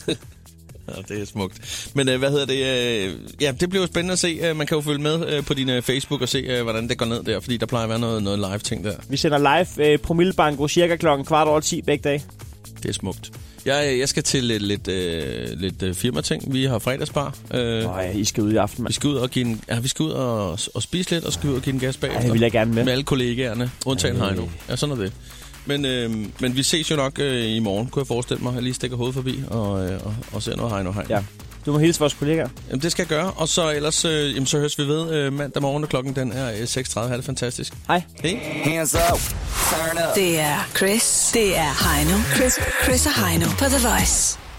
Ja, det er smukt. Men hvad hedder det? Ja, det bliver jo spændende at se. Man kan jo følge med på din Facebook og se, hvordan det går ned der, fordi der plejer at være noget live-ting der. Vi sender live Promillebanko cirka 10:15 begge dage. Det er smukt. Jeg skal til lidt firmating. Vi har fredagsbar. I skal ud i aften, man. Vi skal ud og vi skal ud og spise lidt, og skal ud og give en gas bagefter. Det vil jeg gerne med. Med alle kollegaerne, undtagen Heino. Ja, sådan er det. Men vi ses jo nok i morgen, kunne jeg forestille mig. Jeg lige stikker hovedet forbi og ser noget Heino. Ja. Du må hilse vores kollegaer. Jamen, det skal jeg gøre. Og så ellers, så høres vi ved mandag morgen, og klokken den er 6:30. Ha' det fantastisk. Hej. Hey. Hands up. Turn up. Det er Chris. Det er Heino. Chris og Heino på The Voice.